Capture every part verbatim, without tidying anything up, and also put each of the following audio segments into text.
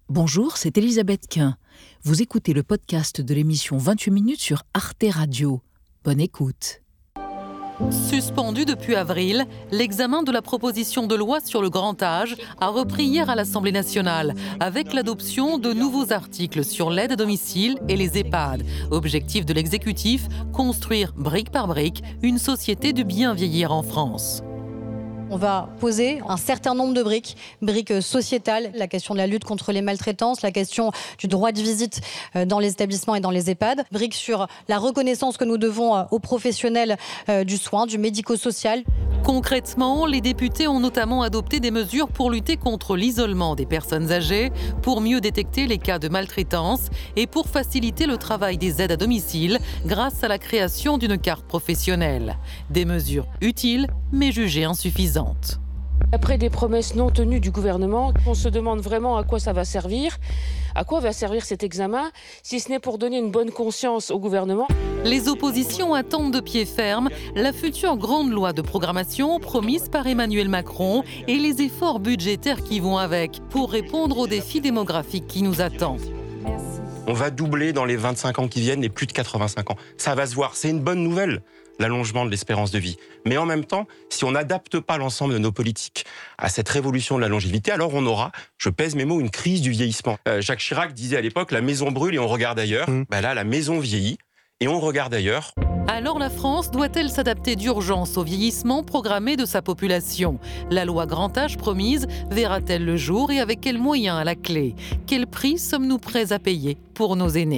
Bonjour, c'est Elisabeth Quint. Vous écoutez le podcast de l'émission vingt-huit minutes sur Arte Radio. Bonne écoute. Suspendu depuis avril, l'examen de la proposition de loi sur le grand âge a repris hier à l'Assemblée nationale avec l'adoption de nouveaux articles sur l'aide à domicile et les EHPAD. Objectif de l'exécutif, construire brique par brique une société du bien vieillir en France. On va poser un certain nombre de briques, briques sociétales, la question de la lutte contre les maltraitances, la question du droit de visite dans les établissements et dans les EHPAD, briques sur la reconnaissance que nous devons aux professionnels du soin, du médico-social. Concrètement, les députés ont notamment adopté des mesures pour lutter contre l'isolement des personnes âgées, pour mieux détecter les cas de maltraitance et pour faciliter le travail des aides à domicile grâce à la création d'une carte professionnelle. Des mesures utiles mais jugées insuffisantes. Après des promesses non tenues du gouvernement, on se demande vraiment à quoi ça va servir. À quoi va servir cet examen, si ce n'est pour donner une bonne conscience au gouvernement ? Les oppositions attendent de pied ferme la future grande loi de programmation promise par Emmanuel Macron et les efforts budgétaires qui vont avec pour répondre aux défis démographiques qui nous attendent. On va doubler dans les vingt-cinq ans qui viennent les plus de quatre-vingt-cinq ans. Ça va se voir, c'est une bonne nouvelle, l'allongement de l'espérance de vie. Mais en même temps, si on n'adapte pas l'ensemble de nos politiques à cette révolution de la longévité, alors on aura, je pèse mes mots, une crise du vieillissement. Euh, Jacques Chirac disait à l'époque, la maison brûle et on regarde ailleurs. Mmh. Ben là, la maison vieillit et on regarde ailleurs. Alors la France doit-elle s'adapter d'urgence au vieillissement programmé de sa population ? La loi grand âge promise verra-t-elle le jour et avec quels moyens à la clé ? Quel prix sommes-nous prêts à payer pour nos aînés ?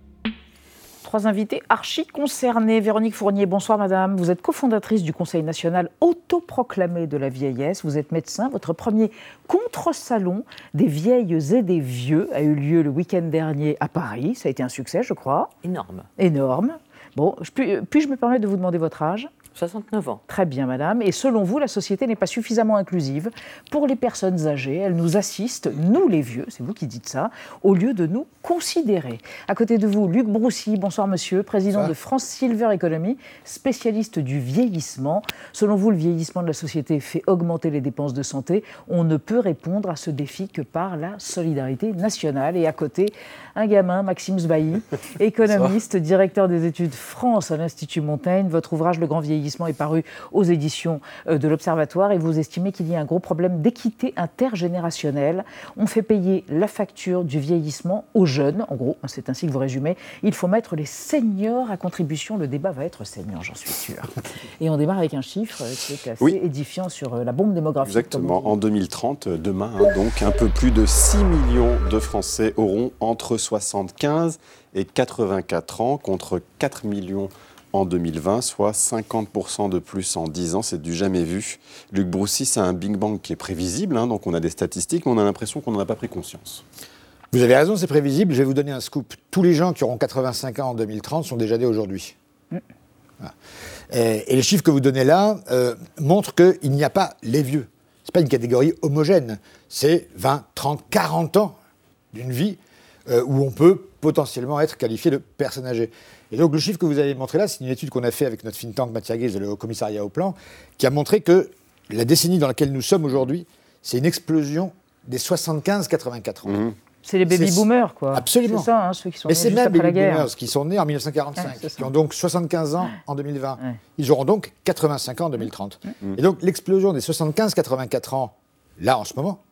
Trois invités archi concernés. Véronique Fournier, bonsoir madame. Vous êtes cofondatrice du Conseil national autoproclamé de la vieillesse. Vous êtes médecin. Votre premier contre-salon des vieilles et des vieux a eu lieu le week-end dernier à Paris. Ça a été un succès, je crois. Énorme. Énorme. Bon, puis, puis-je me permettre de vous demander votre âge ? soixante-neuf ans. Très bien, madame. Et selon vous, la société n'est pas suffisamment inclusive pour les personnes âgées. Elle nous assiste, nous les vieux, c'est vous qui dites ça, au lieu de nous considérer. À côté de vous, Luc Broussy, bonsoir monsieur, président de France Silver Economy, spécialiste du vieillissement. Selon vous, le vieillissement de la société fait augmenter les dépenses de santé. On ne peut répondre à ce défi que par la solidarité nationale. Et à côté, un gamin, Maxime Sbailly, économiste, directeur des études France à l'Institut Montaigne. Votre ouvrage « Le grand vieillissement » est paru aux éditions de l'Observatoire et vous estimez qu'il y a un gros problème d'équité intergénérationnelle. On fait payer la facture du vieillissement aux jeunes. En gros, c'est ainsi que vous résumez. Il faut mettre les seniors à contribution. Le débat va être saignant, j'en suis sûre. Et on démarre avec un chiffre qui est assez oui. édifiant sur la bombe démographique. Exactement. En deux mille trente, demain, hein, donc, un peu plus de six millions de Français auront entre soixante-quinze et quatre-vingt-quatre ans, contre quatre millions en deux mille vingt, soit cinquante pour cent de plus en dix ans, c'est du jamais vu. Luc Broussy, c'est un Big Bang qui est prévisible, hein, donc on a des statistiques, mais on a l'impression qu'on n'en a pas pris conscience. Vous avez raison, c'est prévisible. Je vais vous donner un scoop. Tous les gens qui auront quatre-vingt-cinq ans en deux mille trente sont déjà nés aujourd'hui. Mmh. Voilà. Et, et les chiffres que vous donnez là euh, montrent qu'il n'y a pas les vieux. Ce n'est pas une catégorie homogène. C'est vingt, trente, quarante ans d'une vie euh, où on peut potentiellement être qualifié de personne âgée. Et donc, le chiffre que vous avez montré là, c'est une étude qu'on a fait avec notre think tank Mathia Gaze et le Haut Commissariat au Plan, qui a montré que la décennie dans laquelle nous sommes aujourd'hui, c'est une explosion des soixante-quinze quatre-vingt-quatre ans. Mmh. C'est les baby-boomers, quoi. Absolument. C'est ça, hein, ceux qui sont nés juste même après la guerre. Mais c'est même les baby-boomers qui sont nés en dix-neuf cent quarante-cinq, ouais, qui ont donc soixante-quinze ans en deux mille vingt. Ouais. Ils auront donc quatre-vingt-cinq ans en deux mille trente. Mmh. Et donc, l'explosion des soixante-quinze quatre-vingt-quatre ans, là, en ce moment,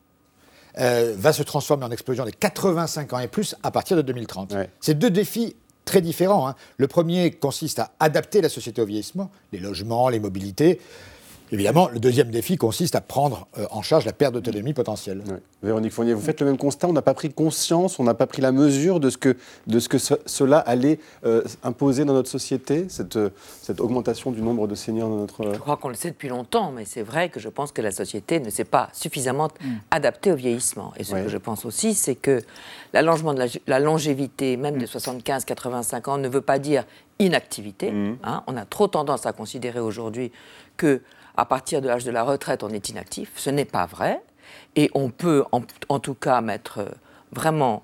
euh, va se transformer en explosion des quatre-vingt-cinq ans et plus à partir de deux mille trente. Ouais. C'est deux défis très différents. Hein. Le premier consiste à adapter la société au vieillissement, les logements, les mobilités. Évidemment, le deuxième défi consiste à prendre euh, en charge la perte d'autonomie potentielle. Ouais. Véronique Fournier, vous faites le même constat, on n'a pas pris conscience, on n'a pas pris la mesure de ce que, de ce que ce, cela allait euh, imposer dans notre société, cette, cette augmentation du nombre de seniors dans notre... Je crois qu'on le sait depuis longtemps, mais c'est vrai que je pense que la société ne s'est pas suffisamment mmh. adaptée au vieillissement. Et ce ouais. que je pense aussi, c'est que l'allongement de la, la longévité, même mmh. de soixante-quinze à quatre-vingt-cinq ans, ne veut pas dire inactivité. Mmh. Hein. On a trop tendance à considérer aujourd'hui que à partir de l'âge de la retraite, on est inactif. Ce n'est pas vrai. Et on peut, en, en tout cas, mettre vraiment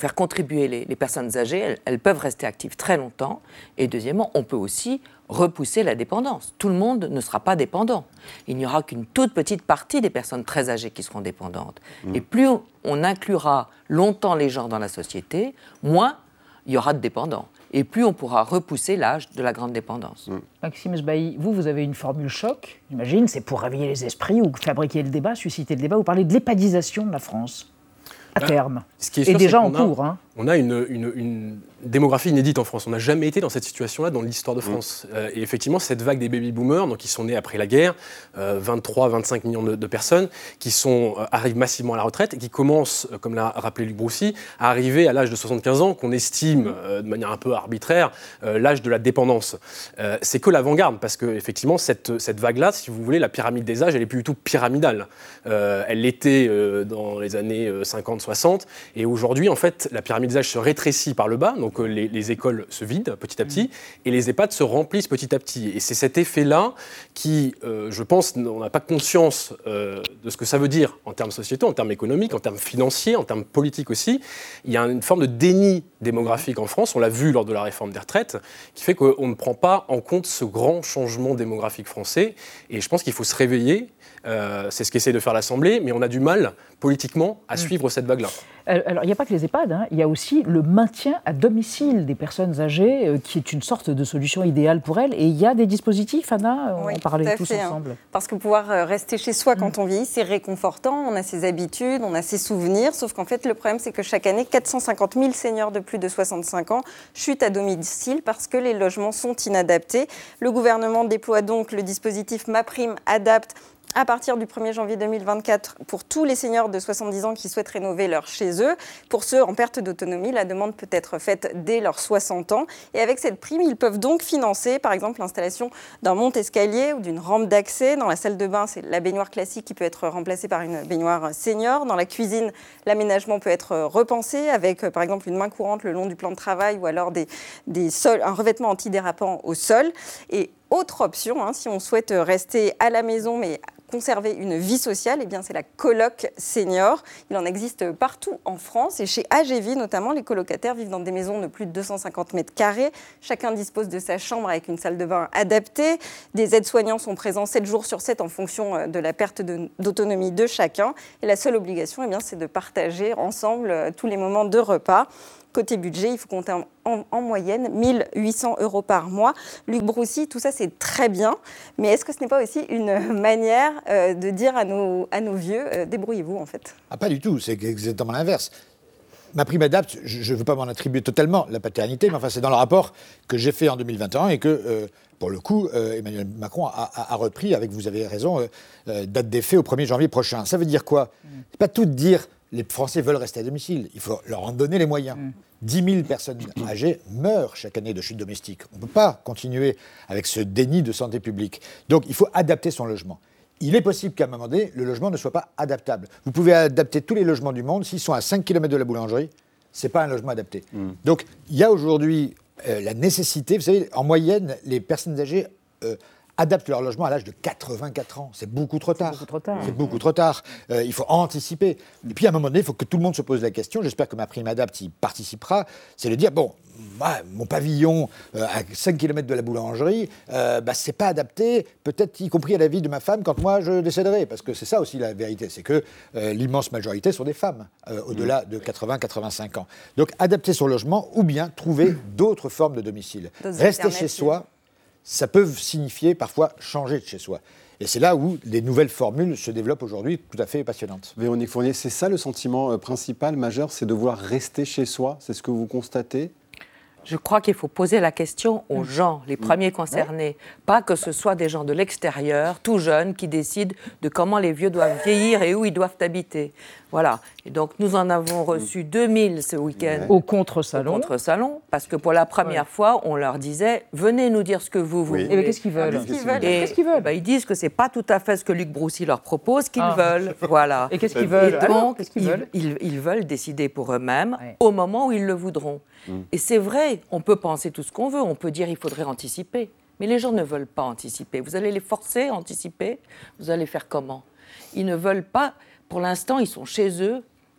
faire contribuer les, les personnes âgées, elles, elles peuvent rester actives très longtemps. Et deuxièmement, on peut aussi repousser la dépendance. Tout le monde ne sera pas dépendant. Il n'y aura qu'une toute petite partie des personnes très âgées qui seront dépendantes. Mmh. Et plus on inclura longtemps les gens dans la société, moins il y aura de dépendants. Et plus on pourra repousser l'âge de la grande dépendance. Mmh. Maxime Sbailly, vous, vous avez une formule choc, j'imagine, c'est pour réveiller les esprits ou fabriquer le débat, susciter le débat. Vous parlez de l'épadisation de la France, à bah, terme. Ce qui est sûr, et déjà en a, cours. Hein. On a une, une, une démographie inédite en France. On n'a jamais été dans cette situation-là dans l'histoire de France. Mmh. Euh, et effectivement, cette vague des baby-boomers, donc qui sont nés après la guerre, euh, vingt-trois à vingt-cinq millions de, de personnes, qui sont, euh, arrivent massivement à la retraite et qui commencent, euh, comme l'a rappelé Luc Broussy, à arriver à l'âge de soixante-quinze ans, qu'on estime euh, de manière un peu arbitraire euh, l'âge de la dépendance. Euh, c'est que l'avant-garde, parce que effectivement, cette, cette vague-là, si vous voulez, la pyramide des âges, elle n'est plus du tout pyramidale. Euh, elle l'était euh, dans les années cinquante soixante, et aujourd'hui, en fait, la pyramide des âges se rétrécit par le bas, donc euh, les, les écoles se vident petit à petit, mmh. et les EHPAD se remplissent petit à petit. Et c'est cet effet-là qui, euh, je pense, on n'a pas conscience euh, de ce que ça veut dire en termes sociétaux, en termes économiques, en termes financiers, en termes politiques aussi. Il y a une forme de déni démographique en France, on l'a vu lors de la réforme des retraites, qui fait qu'on ne prend pas en compte ce grand changement démographique français. Et je pense qu'il faut se réveiller. Euh, c'est ce qu'essaie de faire l'Assemblée, mais on a du mal, politiquement, à suivre mmh. cette vague-là. Alors, il n'y a pas que les EHPAD, hein. Il y a aussi le maintien à domicile des personnes âgées, euh, qui est une sorte de solution idéale pour elles. Et il y a des dispositifs, Anna, on oui, en parlait tous fait, ensemble. Hein. Parce que pouvoir rester chez soi quand mmh. on vieillit, c'est réconfortant, on a ses habitudes, on a ses souvenirs, sauf qu'en fait, le problème, c'est que chaque année, quatre cent cinquante mille seniors de plus de soixante-cinq ans chutent à domicile parce que les logements sont inadaptés. Le gouvernement déploie donc le dispositif MaPrimeAdapt' à partir du premier janvier deux mille vingt-quatre pour tous les seniors de soixante-dix ans qui souhaitent rénover leur chez eux. Pour ceux en perte d'autonomie, la demande peut être faite dès leurs soixante ans. Et avec cette prime, ils peuvent donc financer, par exemple, l'installation d'un monte-escalier ou d'une rampe d'accès. Dans la salle de bain, c'est la baignoire classique qui peut être remplacée par une baignoire senior. Dans la cuisine, l'aménagement peut être repensé avec, par exemple, une main courante le long du plan de travail ou alors des, des sols, un revêtement antidérapant au sol. Et autre option, hein, si on souhaite rester à la maison mais conserver une vie sociale, eh bien c'est la coloc senior. Il en existe partout en France et chez A G V notamment, les colocataires vivent dans des maisons de plus de deux cent cinquante mètres carrés. Chacun dispose de sa chambre avec une salle de bain adaptée. Des aides-soignants sont présents sept jours sur sept en fonction de la perte de, d'autonomie de chacun. Et la seule obligation, eh bien, c'est de partager ensemble tous les moments de repas. Côté budget, il faut compter en, en, en moyenne mille huit cents euros par mois. Luc Broussy, tout ça c'est très bien, mais est-ce que ce n'est pas aussi une manière euh, de dire à nos, à nos vieux, euh, débrouillez-vous en fait ? Ah, pas du tout, c'est exactement l'inverse. MaPrimeAdapt', je ne veux pas m'en attribuer totalement la paternité, mais enfin c'est dans le rapport que j'ai fait en deux mille vingt et un et que, euh, pour le coup, euh, Emmanuel Macron a, a, a repris, avec, vous avez raison, euh, euh, date d'effet au premier janvier prochain. Ça veut dire quoi ? mmh. C'est pas tout de dire les Français veulent rester à domicile, il faut leur en donner les moyens. Mmh. dix mille personnes âgées meurent chaque année de chute domestique. On ne peut pas continuer avec ce déni de santé publique. Donc il faut adapter son logement. Il est possible qu'à un moment donné, le logement ne soit pas adaptable. Vous pouvez adapter tous les logements du monde, s'ils sont à cinq kilomètres de la boulangerie, ce n'est pas un logement adapté. Mmh. Donc il y a aujourd'hui euh, la nécessité, vous savez, en moyenne, les personnes âgées euh, adaptent leur logement à l'âge de quatre-vingt-quatre ans. C'est beaucoup trop tard. C'est beaucoup trop tard. C'est beaucoup trop tard. Euh, il faut anticiper. Et puis, à un moment donné, il faut que tout le monde se pose la question. J'espère que MaPrimeAdapt' y participera. C'est de dire, bon, moi, mon pavillon euh, à cinq kilomètres de la boulangerie, euh, bah, c'est pas adapté, peut-être y compris à la vie de ma femme quand moi je décéderai. Parce que c'est ça aussi la vérité. C'est que euh, l'immense majorité sont des femmes, euh, au-delà de quatre-vingts à quatre-vingt-cinq ans. Donc, adapter son logement ou bien trouver d'autres formes de domicile. Rester chez soi, ça peut signifier parfois changer de chez soi. Et c'est là où les nouvelles formules se développent aujourd'hui, tout à fait passionnantes. Véronique Fournier, c'est ça le sentiment principal, majeur, c'est de vouloir rester chez soi, c'est ce que vous constatez ? Je crois qu'il faut poser la question aux gens, les premiers concernés. Pas que ce soit des gens de l'extérieur, tout jeunes, qui décident de comment les vieux doivent vieillir et où ils doivent habiter. Voilà. Et donc, nous en avons reçu deux mille ce week-end. Au contre-salon. Au contre-salon, parce que pour la première ouais. fois, on leur disait « Venez nous dire ce que vous, vous oui. voulez. » Et qu'est-ce qu'ils veulent ? Qu'est-ce qu'ils veulent ? Et, qu'est-ce qu'ils veulent bah, ils disent que ce n'est pas tout à fait ce que Luc Broussy leur propose qu'ils ah. veulent. Voilà. Et qu'est-ce qu'ils veulent ? Et donc, Alors, qu'est-ce qu'ils ils, veulent ils, ils veulent décider pour eux-mêmes ouais. au moment où ils le voudront. Mm. Et c'est vrai, on peut penser tout ce qu'on veut, on peut dire qu'il faudrait anticiper. Mais les gens ne veulent pas anticiper. Vous allez les forcer à anticiper, vous allez faire comment ? Ils ne veulent pas, pour l'instant, ils sont chez eux,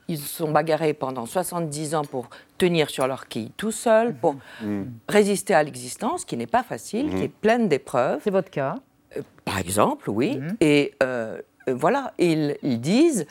ils se sont bagarrés pendant soixante-dix ans pour tenir sur leur quille tout seuls, pour mmh. résister à l'existence, qui n'est pas facile, mmh. qui est pleine d'épreuves. C'est votre cas ? euh, Par exemple, oui. Mmh. Et euh, voilà, ils, ils disent...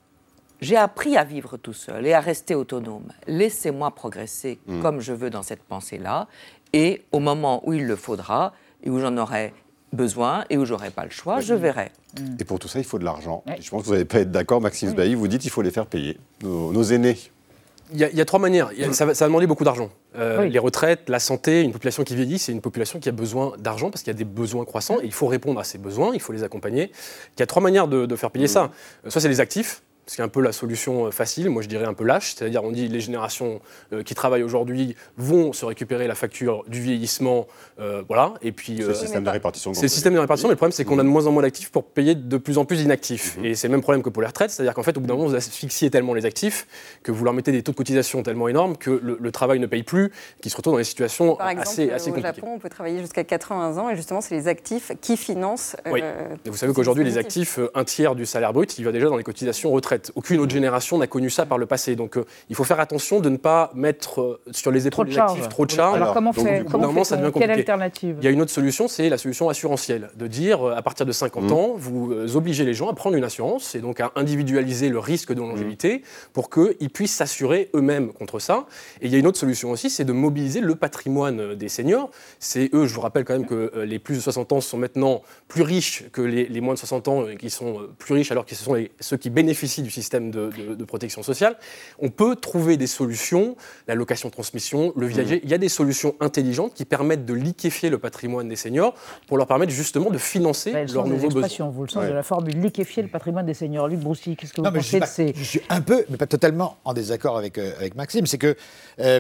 J'ai appris à vivre tout seul et à rester autonome. Laissez-moi progresser mmh. comme je veux dans cette pensée-là. Et au moment où il le faudra, et où j'en aurai besoin, et où j'aurai pas le choix, oui. je verrai. Mmh. Et pour tout ça, il faut de l'argent. Oui. Je pense que vous n'allez pas être d'accord, Maxime oui. Bailly, vous dites qu'il faut les faire payer, nos, nos aînés. Il y, a, il y a trois manières. Il y a, ça, va, ça va demander beaucoup d'argent. Euh, oui. Les retraites, la santé, une population qui vieillit, c'est une population qui a besoin d'argent parce qu'il y a des besoins croissants et il faut répondre à ces besoins, il faut les accompagner. Il y a trois manières de, de faire payer mmh. ça. Soit c'est les actifs, ce qui est un peu la solution facile, moi je dirais un peu lâche, c'est-à-dire on dit les générations euh, qui travaillent aujourd'hui vont se récupérer la facture du vieillissement, euh, voilà, et puis... C'est euh, le système de répartition. C'est le système de répartition, mais le problème c'est qu'on a de moins en moins d'actifs pour payer de plus en plus d'inactifs. Mmh. Et c'est le même problème que pour les retraites, c'est-à-dire qu'en fait au bout d'un moment vous asphyxiez tellement les actifs que vous leur mettez des taux de cotisation tellement énormes que le, le travail ne paye plus, qu'ils se retrouvent dans des situations Par exemple, assez, assez compliquées. Au Japon, on peut travailler jusqu'à quatre-vingts ans et justement c'est les actifs qui financent... Euh, oui. Et vous savez qu'aujourd'hui les actifs, un tiers du salaire brut, il va déjà dans les cotisations retraite. Aucune autre génération n'a connu ça par le passé. Donc euh, il faut faire attention de ne pas mettre euh, sur les épaules des actifs trop de charges. Alors comment Donc, fait, coup, comment fait ça devient quelle alternative ? Il y a une autre solution, c'est la solution assurantielle. De dire, euh, à partir de cinquante mmh. ans, vous euh, obligez les gens à prendre une assurance et donc à individualiser le risque de longévité mmh. pour qu'ils puissent s'assurer eux-mêmes contre ça. Et il y a une autre solution aussi, c'est de mobiliser le patrimoine des seniors. C'est eux, je vous rappelle quand même que euh, les plus de soixante ans sont maintenant plus riches que les, les moins de soixante ans euh, qui sont euh, plus riches alors que ce sont les, ceux qui bénéficient du système de, de, de protection sociale. On peut trouver des solutions, la location-transmission, le viager. Mmh. Il y a des solutions intelligentes qui permettent de liquéfier le patrimoine des seniors pour leur permettre justement de financer bah, leurs nouveaux besoins. Vous le sens ouais. de la formule liquéfier le patrimoine des seniors. Luc Broussy, qu'est-ce que vous non, pensez je de ces... Je suis un peu, mais pas totalement, en désaccord avec, euh, avec Maxime. C'est que euh,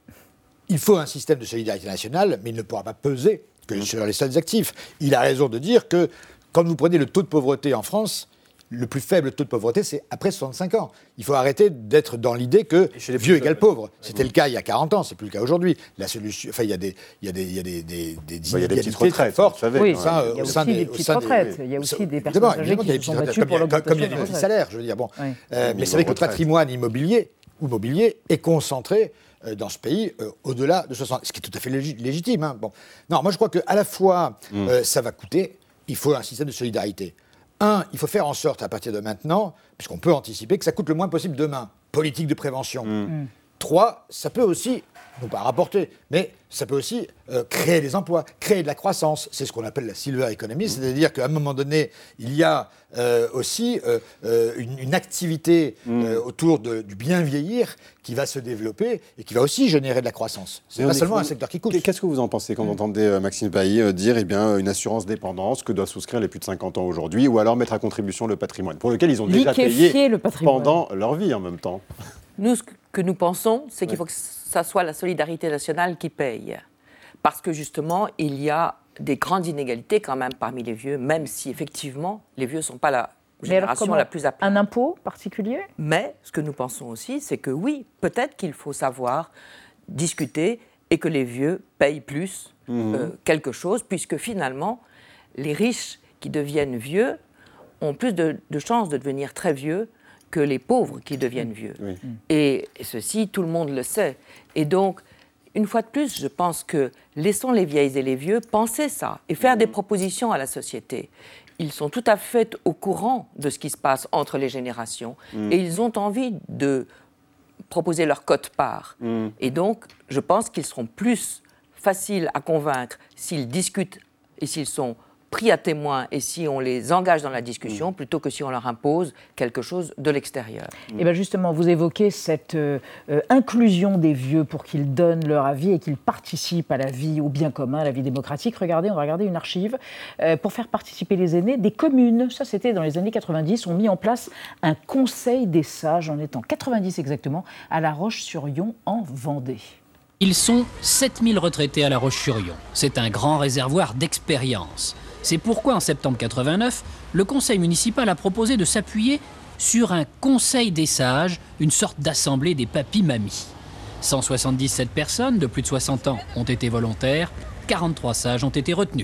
il faut un système de solidarité nationale, mais il ne pourra pas peser que mmh. sur les seuls actifs. Il a raison de dire que quand vous prenez le taux de pauvreté en France, le plus faible taux de pauvreté, c'est après soixante-cinq ans. Il faut arrêter d'être dans l'idée que vieux égale pauvre. C'était le cas il y a quarante ans, c'est plus le cas aujourd'hui. La solution, enfin, il y a des, il y a des, il y a des, des, des bah, il y a des petites retraites fortes. Vous savez, oui, ça, il y a aussi des, des petites retraites. Il y a aussi des personnes âgées qui se sont battues pour l'augmentation comme il y a des petits salaires, je veux dire. Bon, oui. euh, mais c'est vrai que le patrimoine immobilier ou mobilier est concentré dans ce pays euh, au-delà de soixante, ce qui est tout à fait lég- légitime. Hein. Bon, non, moi je crois que à la fois mm. euh, ça va coûter, il faut un système de solidarité. Un, il faut faire en sorte, à partir de maintenant, puisqu'on peut anticiper, que ça coûte le moins possible demain. Politique de prévention. Mmh. Trois, ça peut aussi, non pas rapporter, mais ça peut aussi euh, créer des emplois, créer de la croissance. C'est ce qu'on appelle la silver economy, mmh. c'est-à-dire qu'à un moment donné, il y a euh, aussi euh, euh, une, une activité mmh. euh, autour de, du bien vieillir qui va se développer et qui va aussi générer de la croissance. C'est mais pas seulement fou. Un secteur qui coûte. Qu'est-ce que vous en pensez quand vous entendez euh, Maxime Bailly euh, dire eh bien, une assurance dépendance que doivent souscrire les plus de cinquante ans aujourd'hui, ou alors mettre à contribution le patrimoine, pour lequel ils ont déjà payé le pendant leur vie en même temps? Nous, ce que nous pensons, c'est qu'il faut que ça soit la solidarité nationale qui paye. Parce que justement, il y a des grandes inégalités quand même parmi les vieux, même si effectivement, les vieux ne sont pas la génération alors, la plus à plaindre. Un impôt particulier ? Mais ce que nous pensons aussi, c'est que oui, peut-être qu'il faut savoir discuter et que les vieux payent plus mmh. euh, quelque chose, puisque finalement, les riches qui deviennent vieux ont plus de, de chances de devenir très vieux que les pauvres qui deviennent vieux. Oui. Et, et ceci, tout le monde le sait. Et donc, une fois de plus, je pense que laissons les vieilles et les vieux penser ça et faire mmh. des propositions à la société. Ils sont tout à fait au courant de ce qui se passe entre les générations mmh. et ils ont envie de proposer leur quote-part. Mmh. Et donc, je pense qu'ils seront plus faciles à convaincre s'ils discutent et s'ils sont pris à témoin et si on les engage dans la discussion, mmh. plutôt que si on leur impose quelque chose de l'extérieur. Et bien justement, vous évoquez cette euh, euh, inclusion des vieux pour qu'ils donnent leur avis et qu'ils participent à la vie, au bien commun, à la vie démocratique. Regardez, on va regarder une archive. Euh, pour faire participer les aînés, des communes, ça c'était dans les années quatre-vingt-dix, ont mis en place un conseil des sages, en étant quatre-vingt-dix exactement, à La Roche-sur-Yon, en Vendée. Ils sont sept mille retraités à La Roche-sur-Yon. C'est un grand réservoir d'expérience. C'est pourquoi, en septembre quatre-vingt-neuf, le conseil municipal a proposé de s'appuyer sur un conseil des sages, une sorte d'assemblée des papis-mamies. cent soixante-dix-sept personnes de plus de soixante ans ont été volontaires, quarante-trois sages ont été retenus.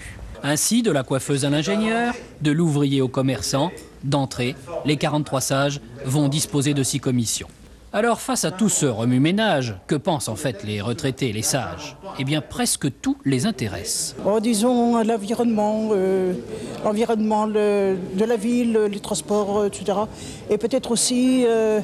Ainsi, de la coiffeuse à l'ingénieur, de l'ouvrier au commerçant, d'entrée, les quarante-trois sages vont disposer de six commissions. Alors, face à tout ce remue-ménage, que pensent en fait les retraités, les sages? Eh bien, presque tout les intéresse. Oh, disons l'environnement, euh, l'environnement le, de la ville, les transports, euh, et cetera. Et peut-être aussi euh,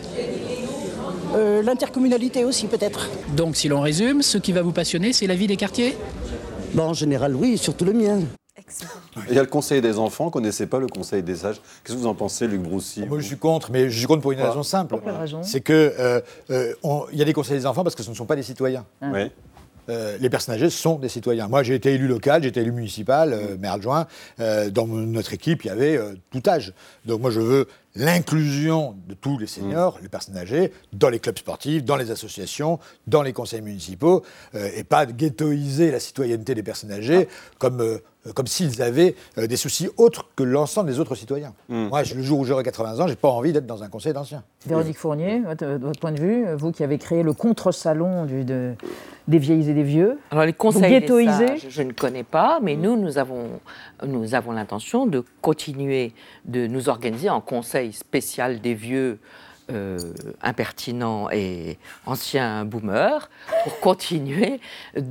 euh, l'intercommunalité aussi, peut-être. Donc, si l'on résume, ce qui va vous passionner, c'est la vie des quartiers? Bon, en général, oui, surtout le mien. Il y a le conseil des enfants, on ne connaissait pas le conseil des sages. Qu'est-ce que vous en pensez, Luc Broussy? Moi, je suis contre, mais je suis contre pour une Voilà. raison simple. Pour quelle raison? C'est qu'il euh, euh, y a des conseils des enfants parce que ce ne sont pas des citoyens. Ah. Oui. Euh, les personnes âgées sont des citoyens. Moi, j'ai été élu local, j'ai été élu municipal, euh, maire adjoint. Euh, dans notre équipe, il y avait euh, tout âge. Donc moi, je veux l'inclusion de tous les seniors, mmh. les personnes âgées, dans les clubs sportifs, dans les associations, dans les conseils municipaux, euh, et pas de ghettoiser la citoyenneté des personnes âgées ah. comme, euh, comme s'ils avaient euh, des soucis autres que l'ensemble des autres citoyens. Mmh. Moi, le jour où j'aurai quatre-vingts ans, j'ai pas envie d'être dans un conseil d'anciens. Véronique Fournier, de votre point de vue, vous qui avez créé le contre-salon du, de, des vieilles et des vieux, alors les conseils vous ghettoisez? des sages, je ne connais pas, mais nous, nous avons, nous avons l'intention de continuer de nous organiser en conseil spécial des vieux euh, impertinents et anciens boomers pour continuer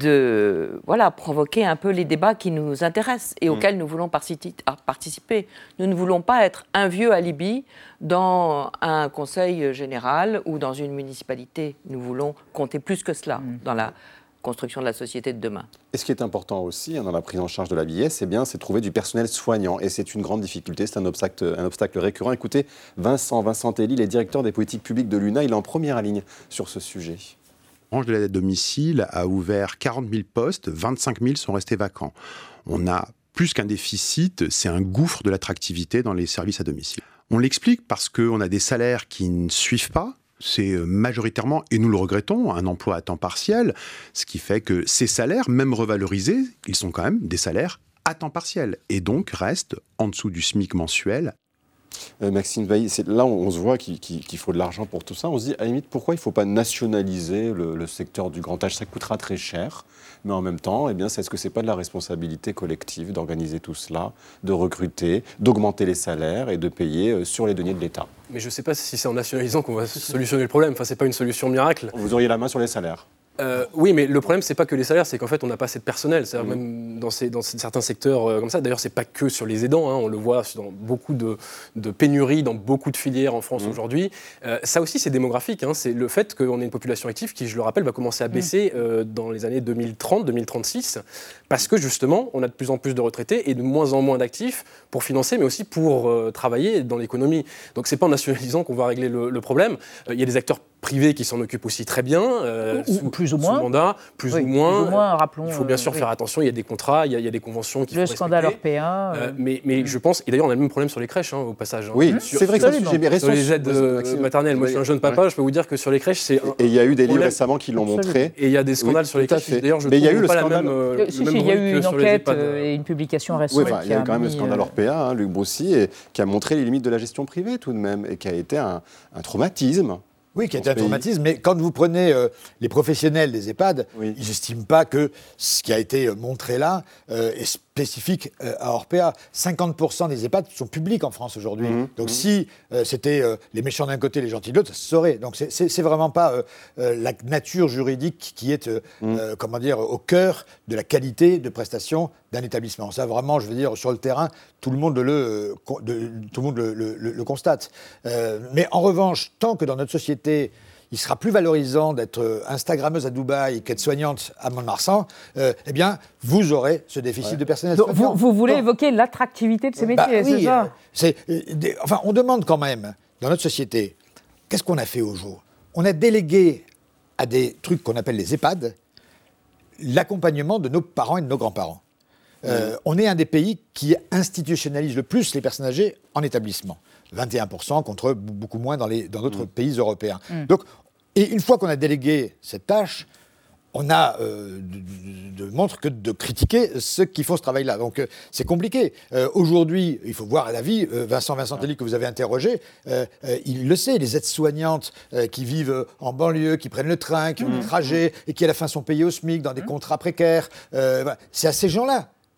de voilà, provoquer un peu les débats qui nous intéressent et auxquels mmh. nous voulons participer. Nous ne voulons pas être un vieux alibi dans un conseil général ou dans une municipalité. Nous voulons compter plus que cela mmh. dans la construction de la société de demain. Et ce qui est important aussi hein, dans la prise en charge de la vieillesse, c'est bien, c'est trouver du personnel soignant. Et c'est une grande difficulté, c'est un obstacle, un obstacle récurrent. Écoutez, Vincent, Vincent Telly, le directeur des politiques publiques de l'U N A, il est en première ligne sur ce sujet. La branche de l'aide à domicile a ouvert quarante mille postes, vingt-cinq mille sont restés vacants. On a plus qu'un déficit, c'est un gouffre de l'attractivité dans les services à domicile. On l'explique parce qu'on a des salaires qui ne suivent pas. C'est majoritairement, et nous le regrettons, un emploi à temps partiel, ce qui fait que ces salaires, même revalorisés, ils sont quand même des salaires à temps partiel, et donc restent en dessous du SMIC mensuel. Euh, Maxime Bailly, c'est là où on se voit qu'il, qu'il faut de l'argent pour tout ça. On se dit, à la limite, pourquoi il ne faut pas nationaliser le, le secteur du grand âge? Ça coûtera très cher, mais en même temps, eh bien, est-ce que ce n'est pas de la responsabilité collective d'organiser tout cela, de recruter, d'augmenter les salaires et de payer sur les deniers de l'État? Mais je ne sais pas si c'est en nationalisant qu'on va solutionner le problème. Enfin, ce n'est pas une solution miracle. Vous auriez la main sur les salaires. Euh, oui, mais le problème, c'est pas que les salaires, c'est qu'en fait, on n'a pas assez de personnel. C'est-à-dire mmh. même dans, ces, dans certains secteurs euh, comme ça. D'ailleurs, c'est pas que sur les aidants. Hein, on le voit dans beaucoup de, de pénuries, dans beaucoup de filières en France mmh. aujourd'hui. Euh, ça aussi, c'est démographique. Hein, c'est le fait qu'on ait une population active qui, je le rappelle, va commencer à baisser mmh. euh, dans les années deux mille trente, deux mille trente-six, parce que justement, on a de plus en plus de retraités et de moins en moins d'actifs pour financer, mais aussi pour euh, travailler dans l'économie. Donc, c'est pas en nationalisant qu'on va régler le, le problème. Il euh, y a des acteurs privés qui s'en occupent aussi très bien, euh, ou, sous, plus ou moins, sous mandat, plus, oui, ou moins. plus ou moins. Rappelons, il faut bien sûr euh, faire oui. attention, il y a des contrats, il y a, il y a des conventions qui le faut scandale respecter. R P A. Euh, euh, mais mais mmh. je pense, et d'ailleurs on a le même problème sur les crèches, hein, au passage. Hein. Oui, sur, c'est vrai que c'est un sujet bien sur les aides euh, maternelles. Moi je suis un jeune papa, ouais. je peux vous dire que sur les crèches, c'est un, Et il y a eu des livres récemment qui l'ont Absolument. montré. Et il y a des scandales oui, sur les crèches. D'ailleurs, je mais il y a eu le pas scandale. La même, euh, si, si, il y a eu une enquête et une publication récente. Oui, il y a quand même le scandale R P A, Luc Broussy, qui a montré les limites de la gestion privée tout de même, et qui a été un traumatisme. Oui, qui est un traumatisme, mais quand vous prenez euh, les professionnels des EHPAD, oui. ils n'estiment pas que ce qui a été montré là euh, est spécifique euh, à Orpea. cinquante pour cent des EHPAD sont publics en France aujourd'hui. Mmh, Donc mmh. si euh, c'était euh, les méchants d'un côté, les gentils de l'autre, ça se saurait. Donc c'est, c'est, c'est vraiment pas euh, euh, la nature juridique qui est euh, mmh. euh, comment dire, au cœur de la qualité de prestation d'un établissement. Ça, vraiment, je veux dire, sur le terrain, tout le monde le, de, tout le, monde le, le, le, le constate. Euh, mais en revanche, tant que dans notre société, il sera plus valorisant d'être Instagrammeuse à Dubaï qu'être soignante à Mont-de-Marsan, euh, eh bien, vous aurez ce déficit ouais. de personnel Donc, soignant. Vous, vous voulez Donc, évoquer l'attractivité de ces métiers, bah, c'est oui, ça euh, c'est, euh, des, Enfin, on demande quand même, dans notre société, qu'est-ce qu'on a fait au jour? On a délégué à des trucs qu'on appelle les EHPAD l'accompagnement de nos parents et de nos grands-parents. Euh, mmh. On est un des pays qui institutionnalise le plus les personnes âgées en établissement. vingt et un pour cent contre beaucoup moins dans, les, dans d'autres mmh. pays européens. Mmh. Donc, et une fois qu'on a délégué cette tâche, on a euh, de, de, de montre que de critiquer ceux qui font ce travail-là. Donc euh, c'est compliqué. Euh, aujourd'hui, il faut voir à la vie, euh, Vincent Vincent Telly que vous avez interrogé, euh, euh, il le sait, les aides-soignantes euh, qui vivent en banlieue, qui prennent le train, qui ont mmh. des trajets et qui à la fin sont payés au SMIC dans des mmh. contrats précaires. Euh, voilà. C'est à ces gens-là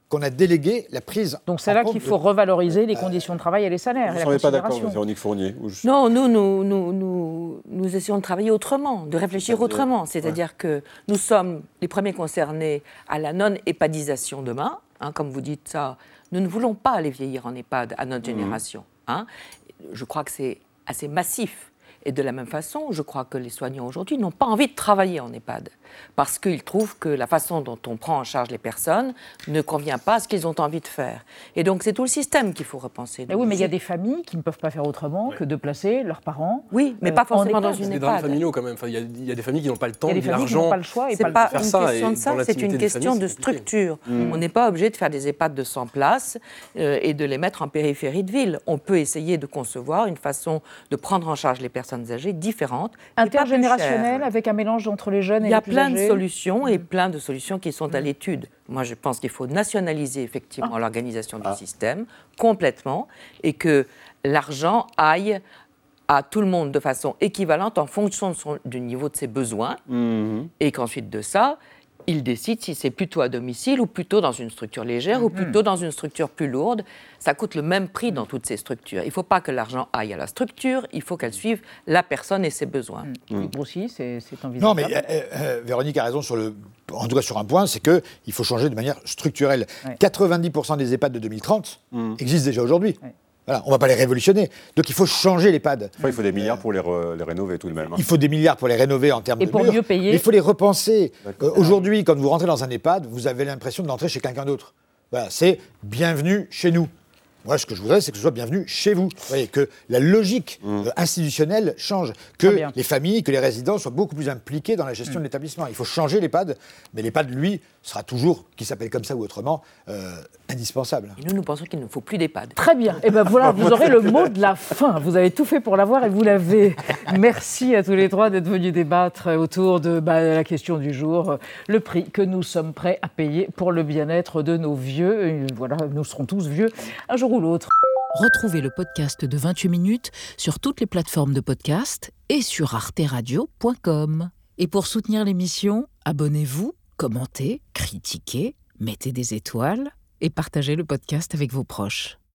qu'on a délégué la prise. Donc c'est là qu'il faut revaloriser les conditions de travail et les salaires. Vous et ne la seriez pas d'accord, considération. Véronique Fournier ou je... Non, nous nous, nous, nous, nous essayons de travailler autrement, de réfléchir C'est-à-dire, autrement. C'est-à-dire ouais. que nous sommes les premiers concernés à la non-épadisation demain. Hein, comme vous dites ça, nous ne voulons pas aller vieillir en EHPAD à notre mmh. génération. Hein. Je crois que c'est assez massif. Et de la même façon, je crois que les soignants aujourd'hui n'ont pas envie de travailler en EHPAD parce qu'ils trouvent que la façon dont on prend en charge les personnes ne convient pas à ce qu'ils ont envie de faire. Et donc, c'est tout le système qu'il faut repenser. Mais oui, mais il y a des familles qui ne peuvent pas faire autrement ouais. que de placer leurs parents. Oui, mais euh, pas forcément dans une EHPAD. C'est des drames familiaux quand même. Enfin, il, y a, il y a des familles qui n'ont pas le temps, ni l'argent. Il y a des familles qui n'ont pas le choix et c'est pas, pas le une ça, question de ça, c'est une question de structure. Mmh. On n'est pas obligé de faire des EHPAD de cent places euh, et de les mettre en périphérie de ville. On peut essayer de concevoir une façon de prendre en charge les personnes âgées différentes. Intergénérationnelle, avec un mélange entre les jeunes et les plus âgés. Il y a plein de solutions et plein de solutions qui sont à l'étude. Moi, je pense qu'il faut nationaliser effectivement ah. l'organisation ah. du système complètement et que l'argent aille à tout le monde de façon équivalente en fonction de son, du niveau de ses besoins mmh. et qu'ensuite de ça, il décide si c'est plutôt à domicile ou plutôt dans une structure légère mmh. ou plutôt dans une structure plus lourde. Ça coûte le même prix dans toutes ces structures. Il ne faut pas que l'argent aille à la structure, il faut qu'elle suive la personne et ses besoins. Mmh. Mmh. Aussi, c'est, c'est envisageable. Non, mais euh, euh, Véronique a raison sur le, en tout cas sur un point, c'est qu'il faut changer de manière structurelle. Ouais. quatre-vingt-dix pour cent des EHPAD de deux mille trente mmh. existent déjà aujourd'hui. Ouais. Voilà, on ne va pas les révolutionner. Donc il faut changer l'EHPAD. Enfin, il faut des milliards pour les, re, les rénover tout de même. Hein. Il faut des milliards pour les rénover en termes et de pour murs, mieux payer. Mais il faut les repenser. Euh, aujourd'hui, quand vous rentrez dans un EHPAD, vous avez l'impression d'entrer chez quelqu'un d'autre. Voilà, c'est bienvenue chez nous. Moi, ce que je voudrais, c'est que ce soit bienvenu chez vous. Vous voyez, que la logique mmh. euh, institutionnelle change, que les familles, que les résidents soient beaucoup plus impliqués dans la gestion mmh. de l'établissement. Il faut changer l'EHPAD, mais l'EHPAD, lui, sera toujours, qu'il s'appelle comme ça ou autrement, euh, indispensable. Et nous, nous pensons qu'il ne faut plus d'EHPAD. Très bien. Et bien voilà, vous aurez le mot de la fin. Vous avez tout fait pour l'avoir et vous l'avez. Merci à tous les trois d'être venus débattre autour de bah, la question du jour, le prix que nous sommes prêts à payer pour le bien-être de nos vieux. Et voilà, nous serons tous vieux un jour ou l'autre. Retrouvez le podcast de vingt-huit minutes sur toutes les plateformes de podcast et sur arte radio point com. Et pour soutenir l'émission, abonnez-vous, commentez, critiquez, mettez des étoiles et partagez le podcast avec vos proches.